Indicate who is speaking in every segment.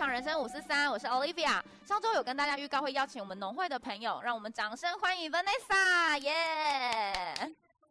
Speaker 1: 场人生543，我是 Olivia。上周有跟大家预告会邀请我们农会的朋友，让我们掌声欢迎 Vanessa， 耶！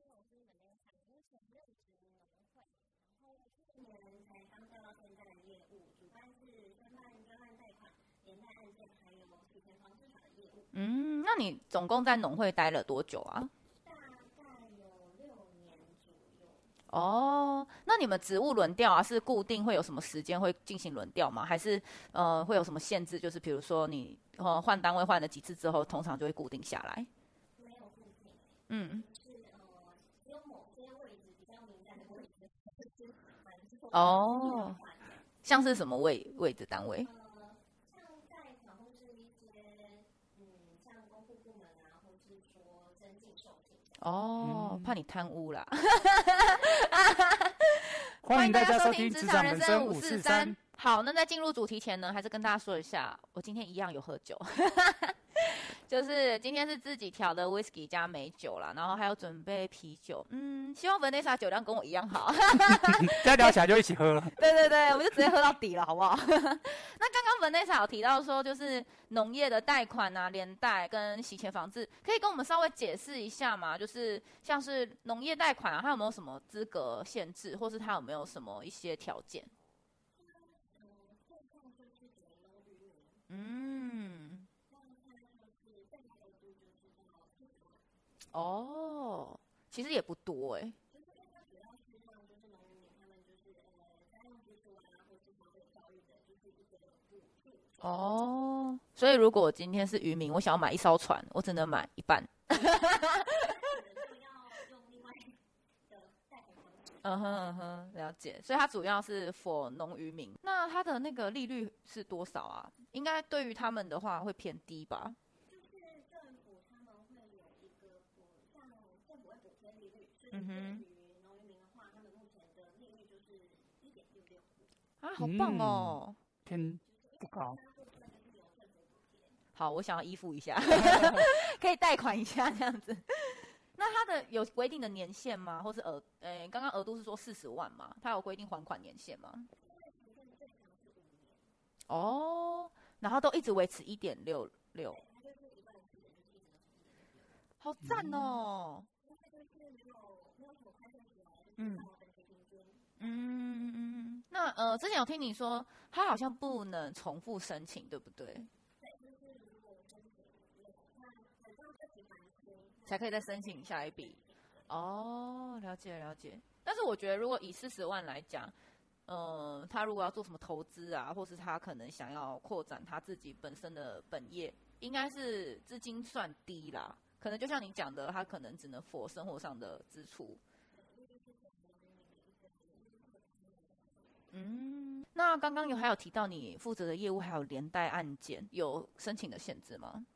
Speaker 1: 那你总共在农会待了多久啊？
Speaker 2: 大概有6年左右。
Speaker 1: 哦，那你们职务轮调啊，是固定会有什么时间会进行轮调吗？还是会有什么限制？就是比如说你换单位换了几次之后，通常就会固定下来？
Speaker 2: 没有固定。
Speaker 1: 是
Speaker 2: 只有某些位置比较敏感的位置，就是蛮多。
Speaker 1: 哦，像是什么位置单位？
Speaker 2: 像贷款或是一些像公库部门啊，或是说增进受聘。
Speaker 1: 哦，怕你贪污啦。
Speaker 3: 欢迎大家收听《职场人生543》。
Speaker 1: 好，那在进入主题前呢，还是跟大家说一下，我今天一样有喝酒，就是今天是自己调的 whisky 加美酒啦，然后还有准备啤酒。希望 Vanessa 酒量跟我一样好。
Speaker 3: 再聊起来就一起喝了。
Speaker 1: 对，我们就直接喝到底了，好不好？那刚刚 Vanessa 有提到说，就是农业的贷款啊、连贷跟洗钱防治，可以跟我们稍微解释一下吗？就是像是农业贷款啊，它有没有什么资格限制，或是它有没有什么一些条件？哦，其实也不多哎。哦，所以如果我今天是渔民，我想要买一艘船，我只能买一半。了解。所以它主要是 for 农渔民。那它的那个利率是多少啊？应该对于他们的话会偏低吧？
Speaker 2: 就是政府他们会有一个像政府会补贴利率，所以对于农渔民的话，他们目前的利率就是1.66%。
Speaker 1: 啊，好棒哦！
Speaker 3: 偏不高。
Speaker 1: 好，我想要依附一下，可以贷款一下这样子。那它的有规定的年限吗？或是刚刚额度是说40万嘛？它有规定还款年限吗？哦，然后都一直维持1.66，好赞哦！那之前有听你说，它好像不能重复申请，对不对？才可以再申请下一笔。哦，了解。但是我觉得，如果以40万来讲，他如果要做什么投资啊，或是他可能想要扩展他自己本身的本业，应该是资金算低啦。可能就像你讲的，他可能只能 for 生活上的支出。那刚刚还有提到你负责的业务还有连带案件，有申请的限制吗？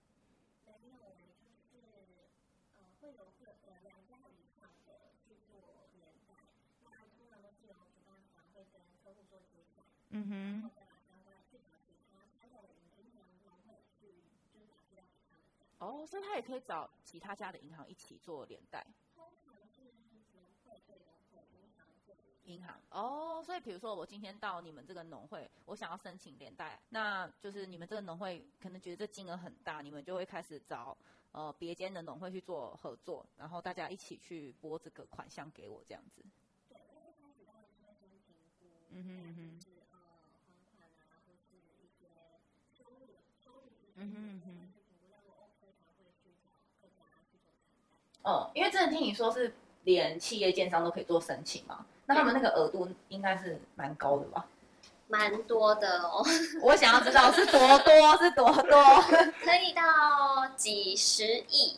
Speaker 1: 哦，所以他也可以找其他家的银行一起做连带。银行哦，所以比如说我今天到你们这个农会，我想要申请连带，那就是你们这个农会可能觉得这金额很大，你们就会开始找别间的农会去做合作，然后大家一起去拨这个款项给我这样子。对，一开始当然是会先评估，还款啊，或是一些收入，因为真的听你说是连企业建商都可以做申请嘛，那他们那个额度应该是蛮高的吧？
Speaker 2: 蛮多的哦。
Speaker 1: 我想要知道是多多，
Speaker 2: 可以到几十亿。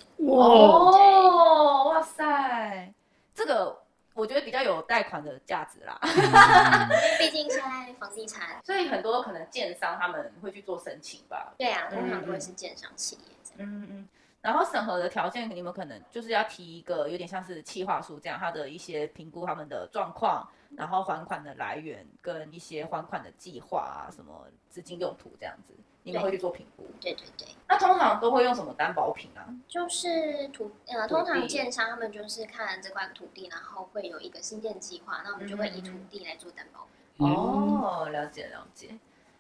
Speaker 1: 哇塞，这个我觉得比较有贷款的价值啦。
Speaker 2: 毕竟现在房地产，
Speaker 1: 所以很多可能建商他们会去做申请吧。
Speaker 2: 对啊，通常都会是建商企业。
Speaker 1: 然后审核的条件，你们可能就是要提一个有点像是企划书这样，它的一些评估他们的状况，然后还款的来源跟一些还款的计划啊，什么资金用途这样子，你们会去做评估。
Speaker 2: 对。
Speaker 1: 那通常都会用什么担保品啊？
Speaker 2: 就是通常建商他们就是看这块土地，然后会有一个新建计划，那我们就会以土地来做担保品。
Speaker 1: 哦，了解。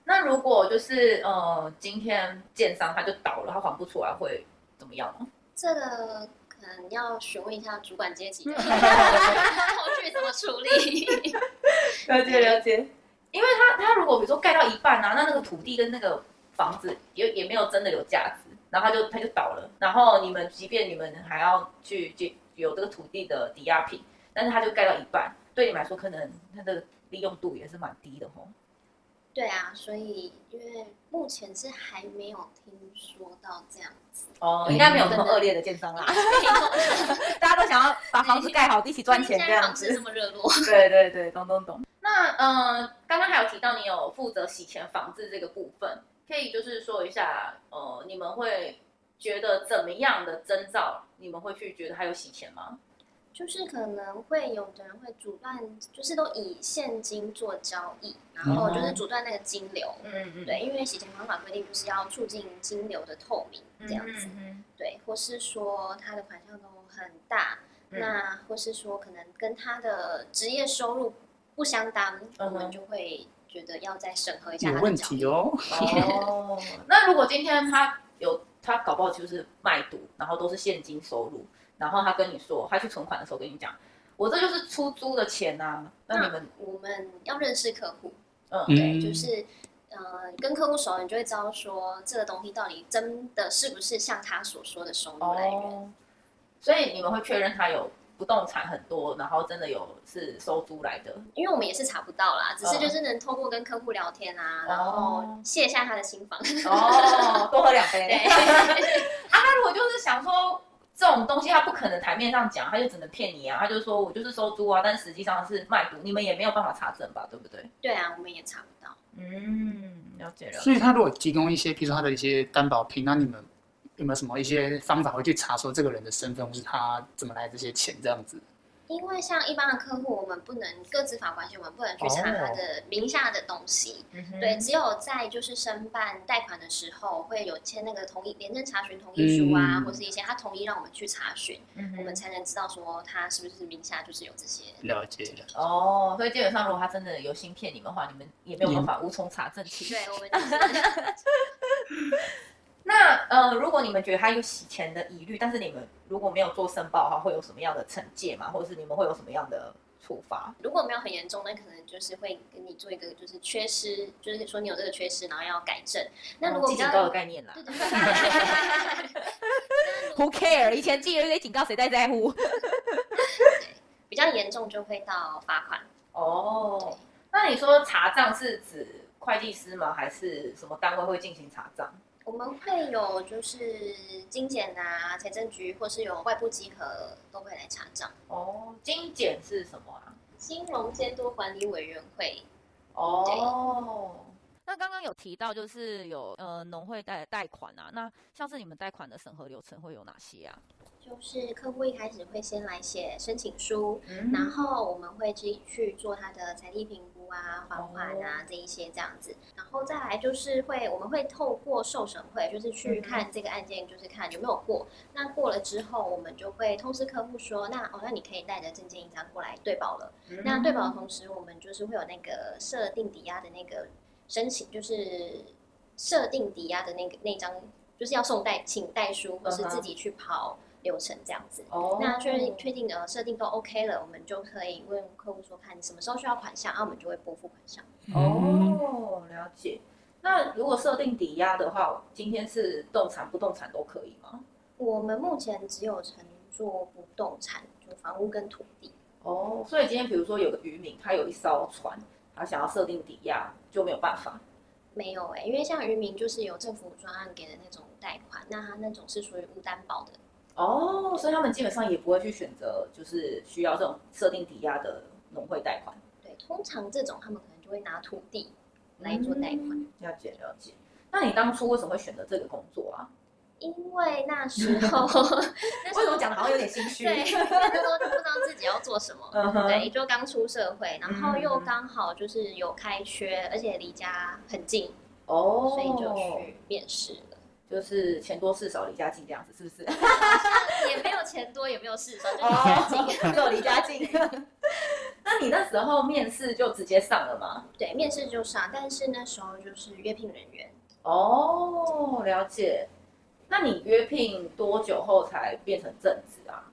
Speaker 1: 那如果就是今天建商他就倒了，他还不出来会怎么样呢？
Speaker 2: 这个可能要询问一下主管阶级的后续怎么处理。
Speaker 1: 了解。因为他如果比如说盖到一半啊，那个土地跟那个房子也没有真的有价值，然后他就倒了，然后即便你们还要去有这个土地的抵押品，但是他就盖到一半，对你们来说可能它的利用度也是蛮低的吼。
Speaker 2: 对啊，所以因为目前是还没有听说到这样子。
Speaker 1: 应该没有这么恶劣的建商啦，大家都想要把房子盖好，一起赚钱这样子。
Speaker 2: 这么热络。
Speaker 1: 对，懂。那刚刚还有提到你有负责洗钱防治这个部分，可以就是说一下，你们会觉得怎么样的征兆，你们会去觉得还有洗钱吗？
Speaker 2: 就是可能会有的人会阻断，就是都以现金做交易，然后就是阻断那个金流。对，因为洗钱防法规定就是要促进金流的透明这样子。对，或是说他的款项都很大，那或是说可能跟他的职业收入不相当，我们就会觉得要再审核一下他的
Speaker 3: 有问题哦。
Speaker 1: 那如果今天他搞不好就是卖赌，然后都是现金收入。然后他跟你说，他去存款的时候跟你讲，我这就是出租的钱啊。那
Speaker 2: 我们要认识客户，对，就是跟客户熟，你就会知道说这个东西到底真的是不是像他所说的收入来源。
Speaker 1: 所以你们会确认他有不动产很多，然后真的是收租来的。
Speaker 2: 因为我们也是查不到啦，只是就是能透过跟客户聊天啊，然后卸下他的心防。
Speaker 1: 多喝2杯。他如果就是想说。这种东西他不可能台面上讲，他就只能骗你啊！他就说我就是收租啊，但实际上是卖毒，你们也没有办法查证吧，对不对？
Speaker 2: 对啊，我们也查不到。
Speaker 1: 了解。
Speaker 3: 所以他如果提供一些，比如说他的一些担保品，那你们有没有什么一些方法会去查说这个人的身份，或是他怎么来这些钱这样子？
Speaker 2: 因为像一般的客户，我们不能各自法关系，我们不能去查他的名下的东西。对，只有在就是申办贷款的时候，会有签那个廉政查询同意书啊，或是一些他同意让我们去查询，我们才能知道说他是不是名下就是有这些。
Speaker 3: 了解。
Speaker 1: 所以基本上如果他真的有心骗你们的话，你们也没有办法无从查证起。
Speaker 2: 对，我们就是。
Speaker 1: 那如果你们觉得他有洗钱的疑虑，但是你们如果没有做申报的话，会有什么样的惩戒吗？或者是你们会有什么样的处罚？
Speaker 2: 如果没有很严重，那可能就是会跟你做一个就是缺失，就是说你有这个缺失，然后要改正。那如果
Speaker 1: 记警告的概念啦。
Speaker 2: 对。
Speaker 1: Who care？ 以前记了一堆警告，谁在乎？
Speaker 2: 对，比较严重就会到罚款。
Speaker 1: 那你说查账是指会计师吗？还是什么单位会进行查账？
Speaker 2: 我们会有就是金检啊、财政局，或是有外部稽核都会来查账。
Speaker 1: 金检是什么啊？
Speaker 2: 金融监督管理委员会。
Speaker 1: 那刚刚有提到就是有农会贷款啊，那像是你们贷款的审核流程会有哪些啊？
Speaker 2: 就是客户一开始会先来写申请书，然后我们会自己去做他的财力评估啊、还款啊这一些这样子，然后再来就是我们会透过受审会，就是去看这个案件，就是看有没有过。那过了之后，我们就会通知客户说，那你可以带着证件印章过来对保了。那对保的同时，我们就是会有那个设定抵押的那个申请，就是设定抵押的那张，就是要送请代书，或是自己去跑流程这样子。那确定设定都 OK 了，我们就可以问客户说，看你什么时候需要款项，我们就会拨付款项。
Speaker 1: 了解。那如果设定抵押的话，今天是动产、不动产都可以吗？
Speaker 2: 我们目前只有承做不动产，就房屋跟土地。
Speaker 1: 所以今天比如说有个渔民，他有一艘船，他想要设定抵押，就没有办法。
Speaker 2: 没有因为像渔民就是有政府专案给的那种贷款，那他那种是属于无担保的。
Speaker 1: 所以他们基本上也不会去选择就是需要这种设定抵押的农会贷款。
Speaker 2: 对，通常这种他们可能就会拿土地来做贷款。
Speaker 1: 了解。那你当初为什么会选择这个工作啊？
Speaker 2: 因为那时候
Speaker 1: 为什么讲的好像有点心虚？
Speaker 2: 对，那时候就不知道自己要做什么。对，就刚出社会，然后又刚好就是有开缺，而且离家很近，所以就去面试了。
Speaker 1: 就是钱多事少离家近这样子，是不是？
Speaker 2: 也没有钱多，也没有事少，就离家近。
Speaker 1: 只有离家近。那你那时候面试就直接上了吗？
Speaker 2: 对，面试就上，但是那时候就是约聘人员。
Speaker 1: 哦，了解。那你约聘多久后才变成正职啊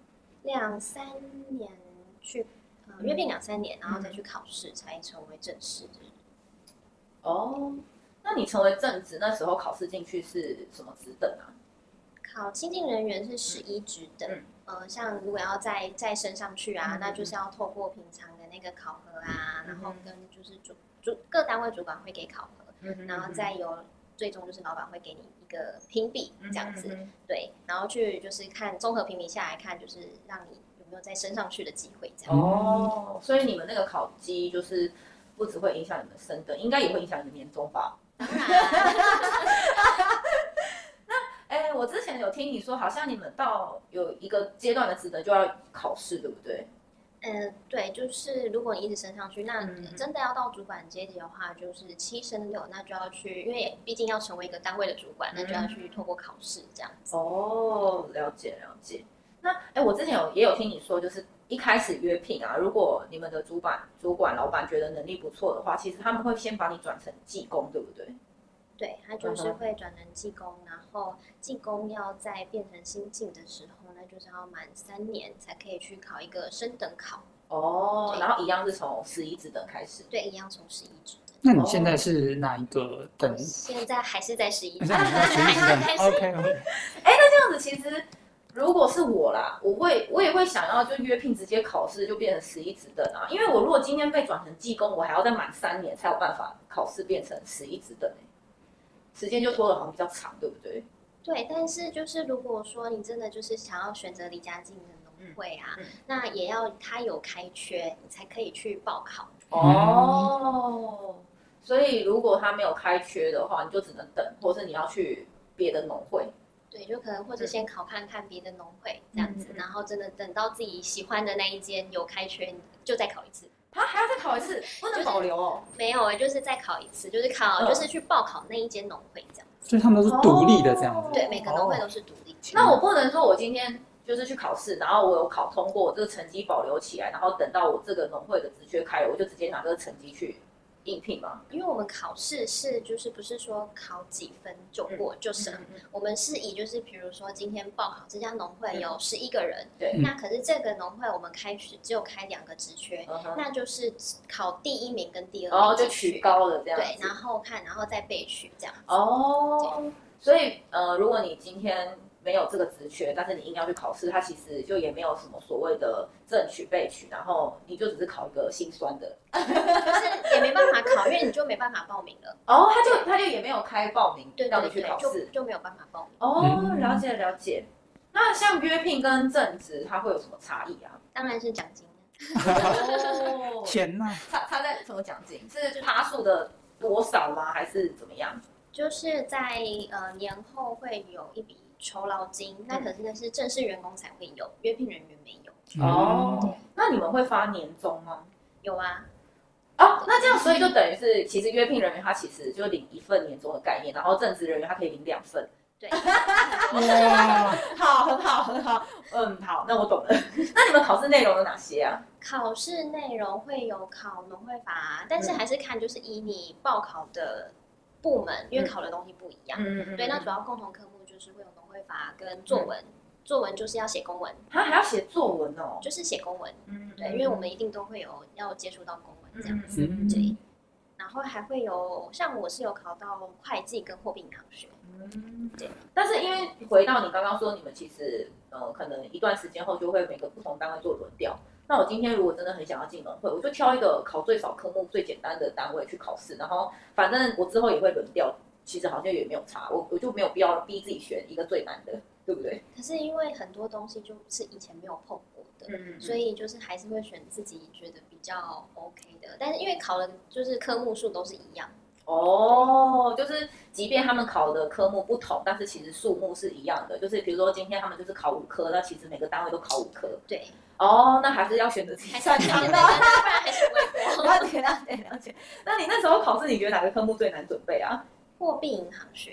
Speaker 2: 2-3年去，约聘2-3年，然后再去考试，才成为正式的。
Speaker 1: 哦，那你成为正职那时候考试进去是什么职等啊？
Speaker 2: 考新进人员是11职等，像如果要再升上去啊，那就是要透过平常的那个考核啊，然后跟就是各单位主管会给考核，然后再由最终就是老板会给你一个评比这样子，对，然后去就是看综合评比下来看，就是让你有没有再升上去的机会这样。
Speaker 1: 哦，所以你们那个考绩就是不只会影响你们升等，应该也会影响你们年终吧？
Speaker 2: 当然。
Speaker 1: 我之前有听你说，好像你们到有一个阶段的职等就要考试，对不对？
Speaker 2: 对，就是如果你一直升上去，那真的要到主管阶级的话，就是7升6，那就要去，因为毕竟要成为一个单位的主管，那就要去透过考试这样子。
Speaker 1: 哦，了解了解。那我之前也有听你说，就是一开始约聘啊，如果你们的主管老板觉得能力不错的话，其实他们会先把你转成技工，对不对？
Speaker 2: 对，他就是会转成技工，然后技工要再变成新进的时候，那就是要满3年才可以去考一个升等考。
Speaker 1: 哦，然后一样是从11职等开始。
Speaker 2: 对，一样从11职等。
Speaker 3: 那你现在是哪一个等？
Speaker 2: 现在还是在11职
Speaker 3: 等。OK。
Speaker 1: 那这样子其实如果是我啦，我也会想要就约聘直接考试就变成11职等啊，因为我如果今天被转成技工，我还要再满3年才有办法考试变成11职等时间就拖得好像比较长，对不对？
Speaker 2: 对，但是就是如果说你真的就是想要选择离家近的农会啊，那也要他有开缺，你才可以去报考。
Speaker 1: 哦，所以如果他没有开缺的话，你就只能等，或是你要去别的农会。
Speaker 2: 对，就可能或是先考看看别的农会这样子，然后真的等到自己喜欢的那一间有开缺，就再考一次。
Speaker 1: 他还要再考一次，不能保留哦。
Speaker 2: 没有就是再考一次，就是就是去报考那一间农会这样子。
Speaker 3: 所以他们都是独立的这样子。
Speaker 2: 对，每个农会都是独立。
Speaker 1: 那我不能说我今天就是去考试，然后我有考通过，我这个成绩保留起来，然后等到我这个农会的职缺开了，我就直接拿这个成绩去应聘吗？
Speaker 2: 因为我们考试是就是不是说考几分就过就升，我们是以就是比如说今天报考这家农会有11个人，那可是这个农会我们只有开2个职缺，那就是考第1名跟第2名，
Speaker 1: 就取高了这样子。
Speaker 2: 对，然后再备取这样子。
Speaker 1: 哦，所以如果你今天没有这个职缺，但是你硬要去考试，它其实就也没有什么所谓的正取备取，然后你就只是考一个心酸的，
Speaker 2: 就是也没办法考，因为你就没办法报名了。
Speaker 1: 哦，他就也没有开报名让你去考试，
Speaker 2: 就没有办法报名。
Speaker 1: 哦，了解了解。那像约聘跟正职，它会有什么差异啊？
Speaker 2: 当然是奖金。
Speaker 1: 哦，
Speaker 3: 钱呢？
Speaker 1: 差在什么奖金？是趴数的多少吗？还是怎么样？
Speaker 2: 就是在年后会有一笔酬劳金，那可是那是正式员工才会有，约聘人员没有。
Speaker 1: 哦，那你们会发年终吗？
Speaker 2: 有啊。
Speaker 1: 哦，那这样所以就等于是，其实约聘人员他其实就领1份年终的概念，然后正职人员他可以领2份。
Speaker 2: 对。
Speaker 3: 哇，
Speaker 1: 好，很好，很好。好，那我懂了。那你们考试内容有哪些啊？
Speaker 2: 考试内容会有考农会法，但是还是看就是以你报考的部门，因为考的东西不一样。对，那主要共同科目就是会有农会法跟作文。作文就是要写公文，
Speaker 1: 他还要写作文哦，
Speaker 2: 就是写公文。对，因为我们一定都会有要接触到公文这样子。对，然后还会有像我是有考到会计跟货币银行学。
Speaker 1: 对。但是因为回到你刚刚说，你们其实可能一段时间后就会每个不同单位做轮调。那我今天如果真的很想要进农会，我就挑一个考最少科目最简单的单位去考试，然后反正我之后也会轮调，其实好像也没有差，我就没有必要逼自己选一个最难的，对不对？
Speaker 2: 可是因为很多东西就是以前没有碰过的，所以就是还是会选自己觉得比较 OK 的。但是因为考的就是科目数都是一样。
Speaker 1: 哦，就是即便他们考的科目不同，但是其实数目是一样的。就是比如说今天他们就是考5科，那其实每个单位都考5科。
Speaker 2: 对。
Speaker 1: 哦，那还是要选择自己擅长的，不然
Speaker 2: 还是不会过。
Speaker 1: 了解了解了解。那你那时候考试，你觉得哪个科目最难准备啊？
Speaker 2: 货币银行学。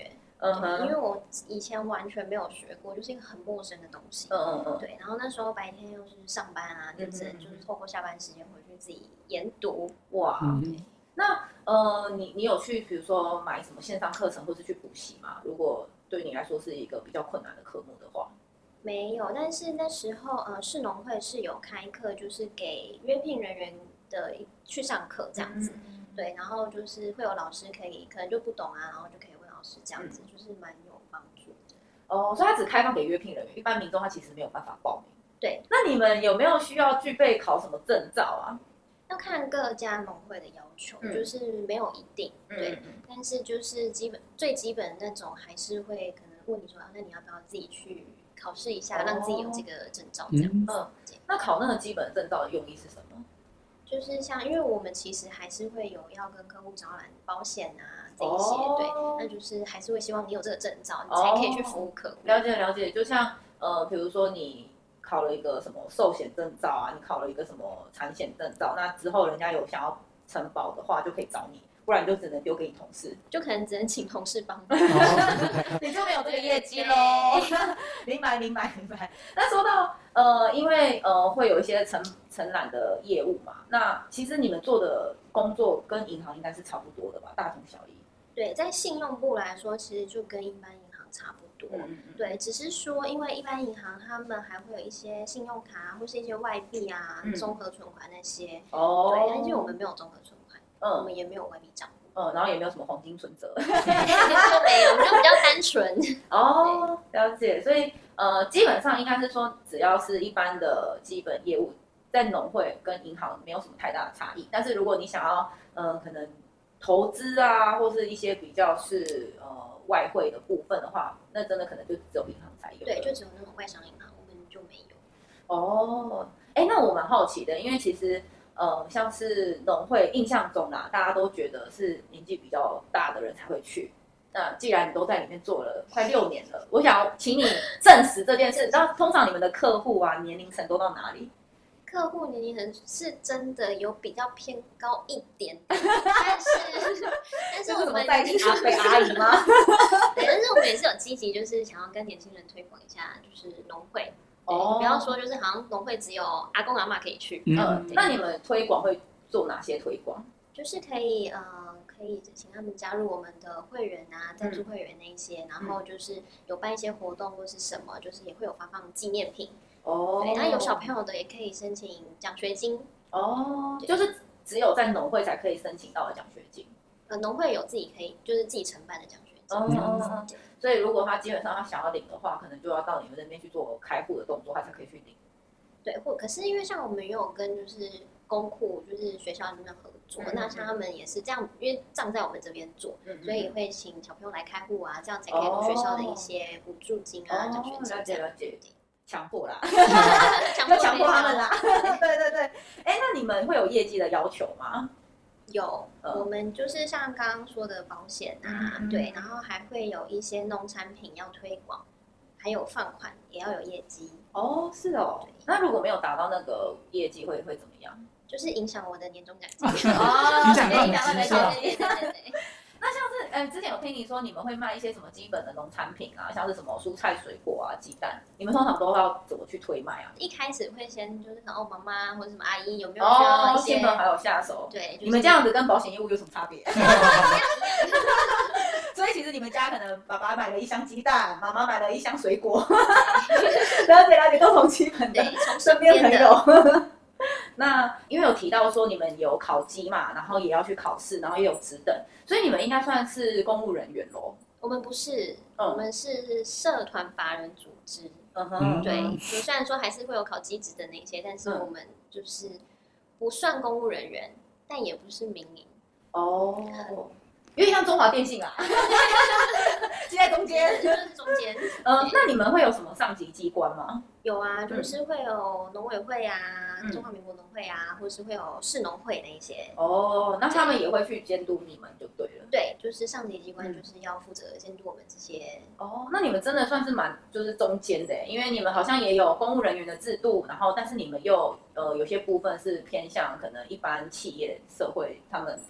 Speaker 2: 因为我以前完全没有学过，就是一个很陌生的东西。对，然后那时候白天又是上班啊，就只能就是透过下班时间回去自己研读。
Speaker 1: 哇，那你有去比如说买什么线上课程或是去补习吗？如果对你来说是一个比较困难的科目的话。
Speaker 2: 没有，但是那时候市农会是有开课，就是给约聘人员的去上课这样子。对，然后就是会有老师可能就不懂啊，然后就可以问老师这样子，就是蛮有帮助的。
Speaker 1: 所以它只开放给约聘人员，一般民众他其实没有办法报名。
Speaker 2: 对，
Speaker 1: 那你们有没有需要具备考什么证照啊？
Speaker 2: 要看各家农会的要求，就是没有一定，对，但是就是最基本那种还是会可能问你说，那你要不要自己去考试一下，让自己有这个证照这样子。
Speaker 1: 那考那个基本证照的用意是什么？
Speaker 2: 就是像，因为我们其实还是会有要跟客户招揽保险啊这一些，对，那就是还是会希望你有这个证照，你才可以去服务客户。
Speaker 1: 了解，就像比如说你考了一个什么寿险证照啊，你考了一个什么产险证照，那之后人家有想要承保的话，就可以找你。不然你就只能丢给你同事，
Speaker 2: 就可能只能请同事帮忙，
Speaker 1: 你就没有这个业绩喽。明白。那说到因为会有一些承揽的业务嘛，那其实你们做的工作跟银行应该是差不多的吧，大同小异。
Speaker 2: 对，在信用部来说，其实就跟一般银行差不多。对，只是说因为一般银行他们还会有一些信用卡或是一些外币啊、综合存款那些。对，但是我们没有综合存款。我们也没有外币账户，
Speaker 1: 然后也没有什么黄金存折，
Speaker 2: 就没有，我们就比较单纯。
Speaker 1: 了解。所以基本上应该是说，只要是一般的基本业务，在农会跟银行没有什么太大的差异。但是如果你想要可能投资啊，或是一些比较是外汇的部分的话，那真的可能就只有银行才有。
Speaker 2: 对，就只有那种外商银行，我们就没
Speaker 1: 有。那我蛮好奇的，因为其实。像是农会，印象中啦，大家都觉得是年纪比较大的人才会去。那既然你都在里面做了快6年了，我想要请你证实这件事。那通常你们的客户啊，年龄层都到哪里？
Speaker 2: 客户年龄层是真的有比较偏高一点，但是我们
Speaker 1: 在地阿伯阿姨吗？
Speaker 2: 对，但是我们也是有积极，就是想要跟年轻人推广一下，就是农会。不要说就是好像农会只有阿公阿嬷可以去。
Speaker 1: 那你们推广会做哪些推广？
Speaker 2: 就是可以请他们加入我们的会员啊，赞助会员那一些，然后就是有办一些活动或是什么，就是也会有发放纪念品。对，那有小朋友的也可以申请奖学金。
Speaker 1: 就是只有在农会才可以申请到的奖学金。
Speaker 2: 农会有自己可以就是自己承办的奖学金。
Speaker 1: 所以如果他基本上他想要领的话，可能就要到你们那边去做开户的动作，他才可以去领。
Speaker 2: 对，可是因为像我们也有跟就是公库，就是学校里面合作，那像他们也是这样，因为账在我们这边做，所以会请小朋友来开户啊，这样才可以领学校的一些补助金啊、奖学金。
Speaker 1: 了解。强迫啦，
Speaker 2: 要
Speaker 1: 强迫他们啦。对。那你们会有业绩的要求吗？
Speaker 2: 有，我们就是像刚刚说的保险啊，对，然后还会有一些农产品要推广，还有放款也要有业绩。
Speaker 1: 是哦。那如果没有达到那个业绩会怎么样？
Speaker 2: 就是影响我的年终奖金。
Speaker 3: 影响到你绩效。
Speaker 1: 那像是之前有听你说你们会卖一些什么基本的农产品啊，像是什么蔬菜水果啊、鸡蛋，你们通常都要怎么去推卖啊？
Speaker 2: 一开始会先就是妈妈或者什么阿姨有没有需要一些
Speaker 1: 亲朋好友下手？
Speaker 2: 对，就是、
Speaker 1: 你们这样子跟保险业务有什么差别？所以其实你们家可能爸爸买了1箱鸡蛋，妈妈买了1箱水果，了解，都从基本的，
Speaker 2: 从
Speaker 1: 身边朋友。那因为有提到说你们有考绩嘛，然后也要去考试，然后也有职等，所以你们应该算是公务人员咯。
Speaker 2: 我们不是，我们是社团法人组织。对，虽然说还是会有考绩职的那些，但是我们就是不算公务人员，但也不是民营。
Speaker 1: 有点像中华电信啊，就在中间。
Speaker 2: 就是中间。
Speaker 1: 那你们会有什么上级机关吗？
Speaker 2: 有啊，就是会有农委会啊、中华民国农会啊，或是会有市农会那一些。
Speaker 1: 那他们也会去监督你们就对了。
Speaker 2: 对，就是上级机关就是要负责监督我们这些。
Speaker 1: 那你们真的算是蛮就是中间的，因为你们好像也有公务人员的制度，然后但是你们又有些部分是偏向可能一般企业社会他们的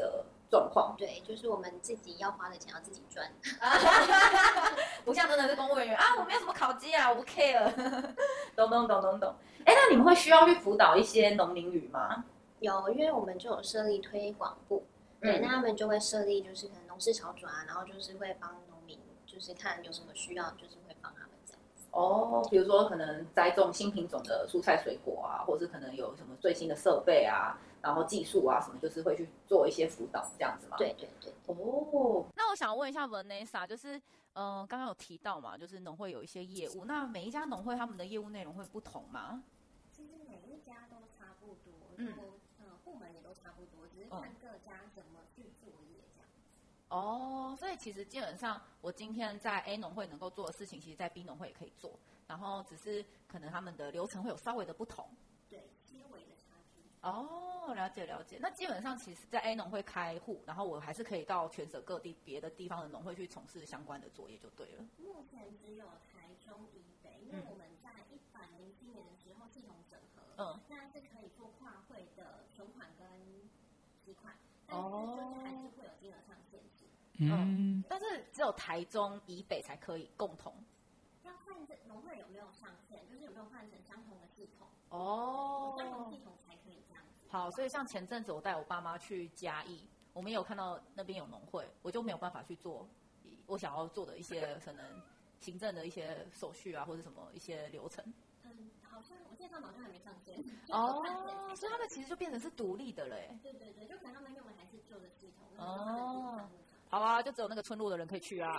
Speaker 1: 状况。
Speaker 2: 对，就是我们自己要花的钱要自己赚。
Speaker 1: 不像真的是公务人员啊，我没有什么考绩啊，我不 care。懂。哎，那你们会需要去辅导一些农民语吗？
Speaker 2: 有，因为我们就有设立推广部，对，那他们就会设立就是可能农事小组啊，然后就是会帮农民，就是看有什么需要，就是会帮他们这样子。
Speaker 1: 哦，比如说可能栽种新品种的蔬菜水果啊，或是可能有什么最新的设备啊，然后技术啊什么，就是会去做一些辅导这样子吗？
Speaker 2: 对。
Speaker 1: 哦，那我想问一下 Vanessa，就是刚刚有提到嘛，就是农会有一些业务，那每一家农会他们的业务内容会不同吗？
Speaker 2: 其实每一家都差不多，部门也都差不多，只是看各家怎么去作业这样子。
Speaker 1: 哦，所以其实基本上我今天在 A 农会能够做的事情，其实在 B 农会也可以做，然后只是可能他们的流程会有稍微的不同。
Speaker 2: 对，些微的差距。
Speaker 1: 哦，了解。那基本上其实，在 A 农会开户，然后我还是可以到全省各地别的地方的农会去从事相关的作业就对了。
Speaker 2: 目前只有台中以北，因为我们在107年的时候系统整合，那是可以做跨会的存款跟提款，但是就是还是会有金额上限制。
Speaker 1: 但是只有台中以北才可以共同。
Speaker 2: 要看这农会有没有上线，就是有没有换成相同的系统。相同系统才可以这样子。
Speaker 1: 好，所以像前阵子我带我爸妈去嘉义，我们也有看到那边有农会，我就没有办法去做我想要做的一些可能行政的一些手续啊，或者什么一些流程。
Speaker 2: 好像我记得他们好像还没上线。
Speaker 1: 所以他们其实就变成是独立的了耶。
Speaker 2: 对，就可能他们用的还是旧的系统。
Speaker 1: 好啊，就只有那个村落的人可以去啊。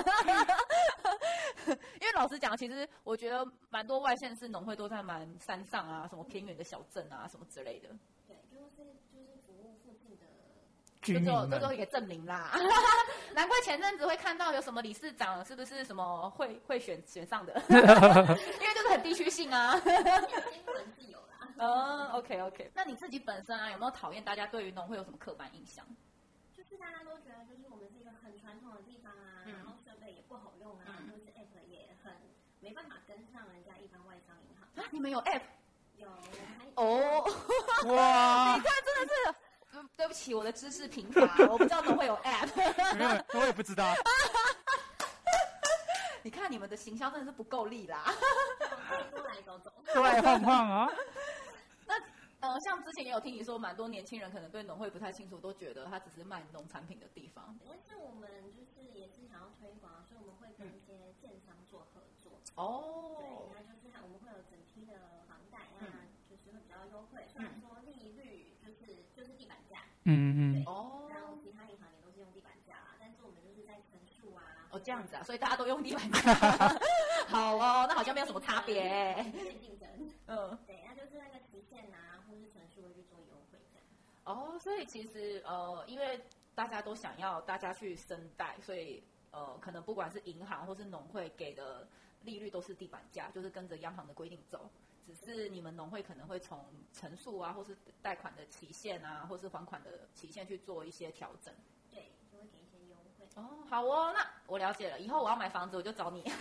Speaker 1: 因为老实讲，其实我觉得蛮多外县市农会都在蛮山上啊，什么偏远的小镇啊，什么之类的。
Speaker 2: 对，就是服务附近的
Speaker 3: 居民们，
Speaker 1: 这都可以证明啦。难怪前阵子会看到有什么理事长是不是什么会选上的，因为就是很地区性啊。
Speaker 2: 新闻是有啦。
Speaker 1: OK。那你自己本身啊，有没有讨厌大家对于农会有什么刻板印象？
Speaker 2: 就是大家都觉得就是我们是一个很传统的地方啊，然后设备也不好用啊，或是 App 也很没办法跟上人家一般外商银行。
Speaker 1: 啊，你们有 App？
Speaker 2: 有，
Speaker 3: 哇！
Speaker 1: 你看真的是，对不起，我的知识贫乏，我不知道农会有 App。
Speaker 3: 没有，我也不知道。
Speaker 1: 你看你们的行销真的是不够力啦。
Speaker 2: 多来走走，
Speaker 3: 多来晃晃啊！
Speaker 1: 那像之前也有听你说，蛮多年轻人可能对农会不太清楚，都觉得它只是卖农产品的地方。
Speaker 2: 但是我们就是也是想要推广，所以我们会跟一些建商做合作。对，那就是我们会有整批的房贷，那就是会比较优惠。虽然说利率就是地板价，对，然后其他银行也都是用地板价啦，但是我们就是在层数啊。
Speaker 1: 这样子啊，所以大家都用地板价。好哦，那好像没有什么差别。
Speaker 2: 竞争，对，那就是那个期限啊，或是层数会去做优惠这样。
Speaker 1: 所以其实因为大家都想要大家去生贷，所以可能不管是银行或是农会给的利率都是地板价，就是跟着央行的规定走。只是你们农会可能会从层数啊，或是贷款的期限啊，或是还款的期限去做一些调整。
Speaker 2: 对，就会给一些优惠。
Speaker 1: 好哦，那我了解了，以后我要买房子我就找你。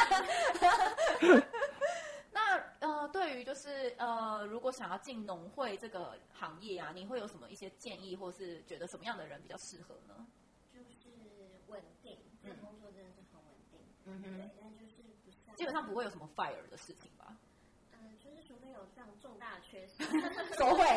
Speaker 1: 那对于就是如果想要进农会这个行业啊，你会有什么一些建议，或是觉得什么样的人比较适合呢？
Speaker 2: 就是稳定，这个工作真的是很稳定。对，但就是不像
Speaker 1: 基本上不会有什么 fire 的事情吧？
Speaker 2: 就是除非有这样重大的缺失，
Speaker 1: 都会。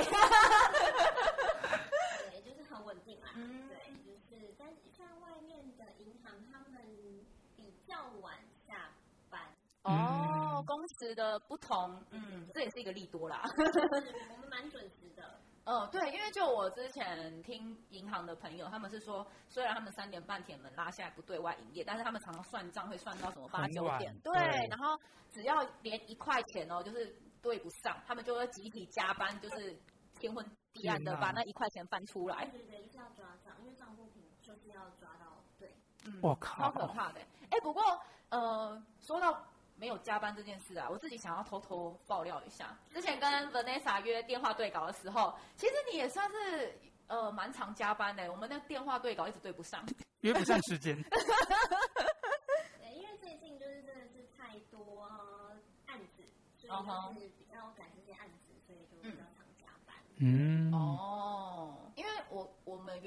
Speaker 2: 对，就是很稳定啦。对，就是但是像外面的银行，他们比较晚下班。
Speaker 1: 工时的不同，这也是一个利多啦。
Speaker 2: 我们蛮准时的。
Speaker 1: 对，因为就我之前听银行的朋友，他们是说，虽然他们3点半铁门拉下来不对外营业，但是他们常常算账会算到什么8、9点，对，然后只要连1块钱就是对不上，他们就会集体加班，就是天昏地暗的把那1块钱翻出来。
Speaker 2: 对，一定要抓账，因为账不平就是要抓到对。
Speaker 3: 我靠，
Speaker 1: 超可怕的。不过说到没有加班这件事啊，我自己想要偷偷爆料一下。之前跟 Vanessa 约电话对稿的时候，其实你也算是蛮常加班的。我们那电话对稿一直对不上，
Speaker 3: 约不上时间。
Speaker 2: 对，因为最近就是真的是太多案子，所以就是比较赶这些案子，所以就比较常加班。
Speaker 1: 因为我们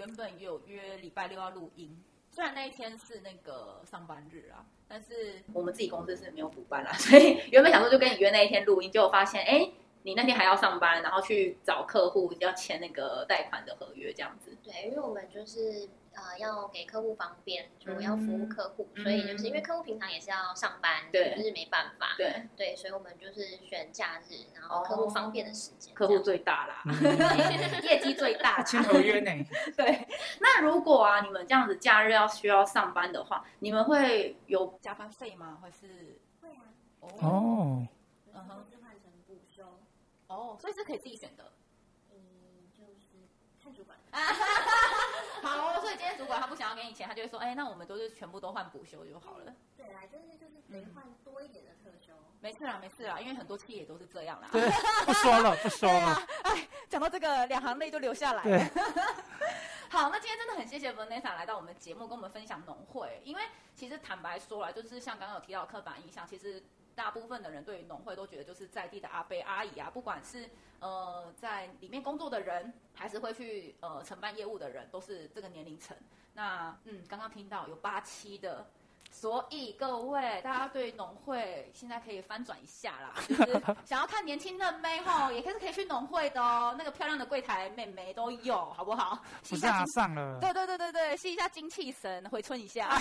Speaker 1: 原本也有约礼拜六要录音，虽然那一天是那个上班日啊，但是我们自己公司是没有补班啦，所以原本想说就跟你约那一天录音，结果发现你那天还要上班，然后去找客户要签那个贷款的合约这样子。
Speaker 2: 对，因为我们就是要给客户方便，就要服务客户，所以就是因为客户平常也是要上班，
Speaker 1: 对，
Speaker 2: 就是没办法，对，所以我们就是选假日，然后客户方便的时间，
Speaker 1: 客户最大啦，业绩最大啦，
Speaker 3: 签合约呢。
Speaker 1: 对，那如果啊你们这样子假日需要上班的话，你们会有加班费吗？会是？
Speaker 2: 会啊。
Speaker 3: 哦。
Speaker 2: 是换成补休。
Speaker 1: 哦，所以是可以自己选的。
Speaker 2: 就是看主管。
Speaker 1: 好，所以今天主管他不想要给你钱，他就会说，那我们都是全部都换补休就好了。
Speaker 2: 对啦，就是可以换多一点的特休。
Speaker 1: 没事啦，因为很多企业都是这样啦。
Speaker 3: 对，不说了。
Speaker 1: 讲到这个两行泪就流下来了。好，那今天真的很谢谢 Vanessa 来到我们节目跟我们分享农会，因为其实坦白说啦，就是像刚刚有提到刻板印象，其实大部分的人对于农会都觉得就是在地的阿伯阿姨啊，不管是在里面工作的人，还是会去承办业务的人，都是这个年龄层。那刚刚听到有87的。所以各位，大家对农会现在可以翻转一下啦，就是想要看年轻的妹吼，也可以去农会的哦，那个漂亮的柜台妹妹都有，好不好？
Speaker 3: 不是啊，上了。
Speaker 1: 对，吸一下精气神，回春一下。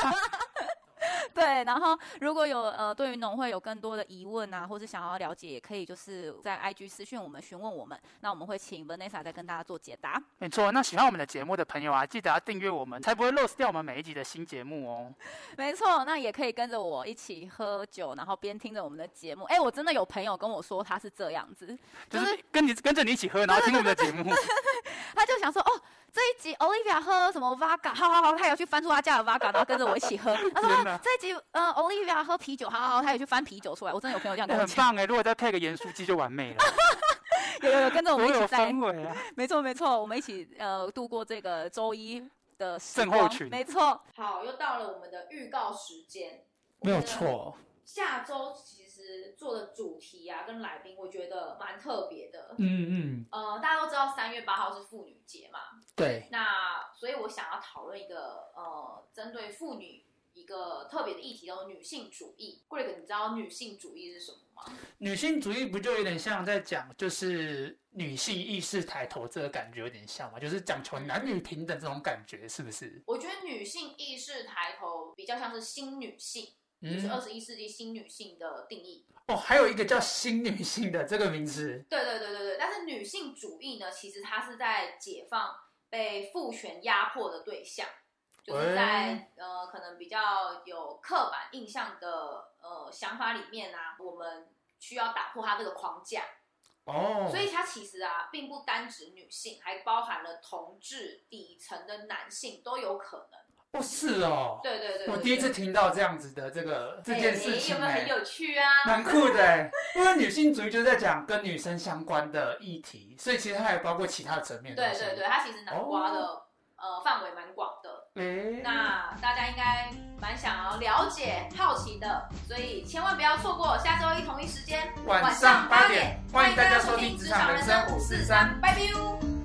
Speaker 1: 对，然后如果有对于农会有更多的疑问啊，或是想要了解，也可以就是在 IG 私讯我们询问我们，那我们会请 Vanessa 再跟大家做解答。
Speaker 3: 没错，那喜欢我们的节目的朋友啊，记得要订阅我们，才不会 lose 掉我们每一集的新节目哦。
Speaker 1: 没错，那也可以跟着我一起喝酒，然后边听着我们的节目。我真的有朋友跟我说他是这样子，
Speaker 3: 就是跟着你一起喝，然后听我们的节目。
Speaker 1: 他就想说这一集 Olivia 喝什么 Vodka， 好，他也要去翻出他家的 Vodka， 然后跟着我一起喝。他说这一集Olivia 喝啤酒，好，他也去翻啤酒出来。我真的有朋友这样跟我讲，
Speaker 3: 很棒如果再配个盐酥鸡就完美了。
Speaker 1: 有跟着我们一起在
Speaker 3: 氛围啊。
Speaker 1: 没错，我们一起度过这个周一的
Speaker 3: 症候群。
Speaker 1: 没错。好，又到了我们的预告时间。
Speaker 3: 没有错。
Speaker 1: 下周其实做的主题啊，跟来宾我觉得蛮特别的。大家都知道3月8号是妇女节嘛。
Speaker 3: 对。
Speaker 1: 那所以我想要讨论一个针对妇女一个特别的议题，叫做女性主义。Greg， 你知道女性主义是什么吗？
Speaker 3: 女性主义不就有点像在讲，就是女性意识抬头这个感觉有点像嘛，就是讲求男女平等这种感觉，是不是？
Speaker 1: 我觉得女性意识抬头比较像是新女性。就是21世纪新女性的定义
Speaker 3: 还有一个叫新女性的这个名词。
Speaker 1: 对，但是女性主义呢，其实它是在解放被父权压迫的对象，就是在可能比较有刻板印象的想法里面啊，我们需要打破它这个框架。所以它其实啊，并不单指女性，还包含了同志、底层的男性都有可能。
Speaker 3: 是哦。
Speaker 1: 对，
Speaker 3: 我第一次听到这样子的这件事情。
Speaker 1: 有没有很有趣啊？
Speaker 3: 蛮酷的因为女性主义就是在讲跟女生相关的议题，所以其实它也包括其他的层面的东西。
Speaker 1: 对，它其实南瓜的范围蛮广的。那大家应该蛮想要了解、好奇的，所以千万不要错过下周一同一时间
Speaker 3: 晚上8点，欢迎大家收听《职场人生543》，
Speaker 1: 拜拜。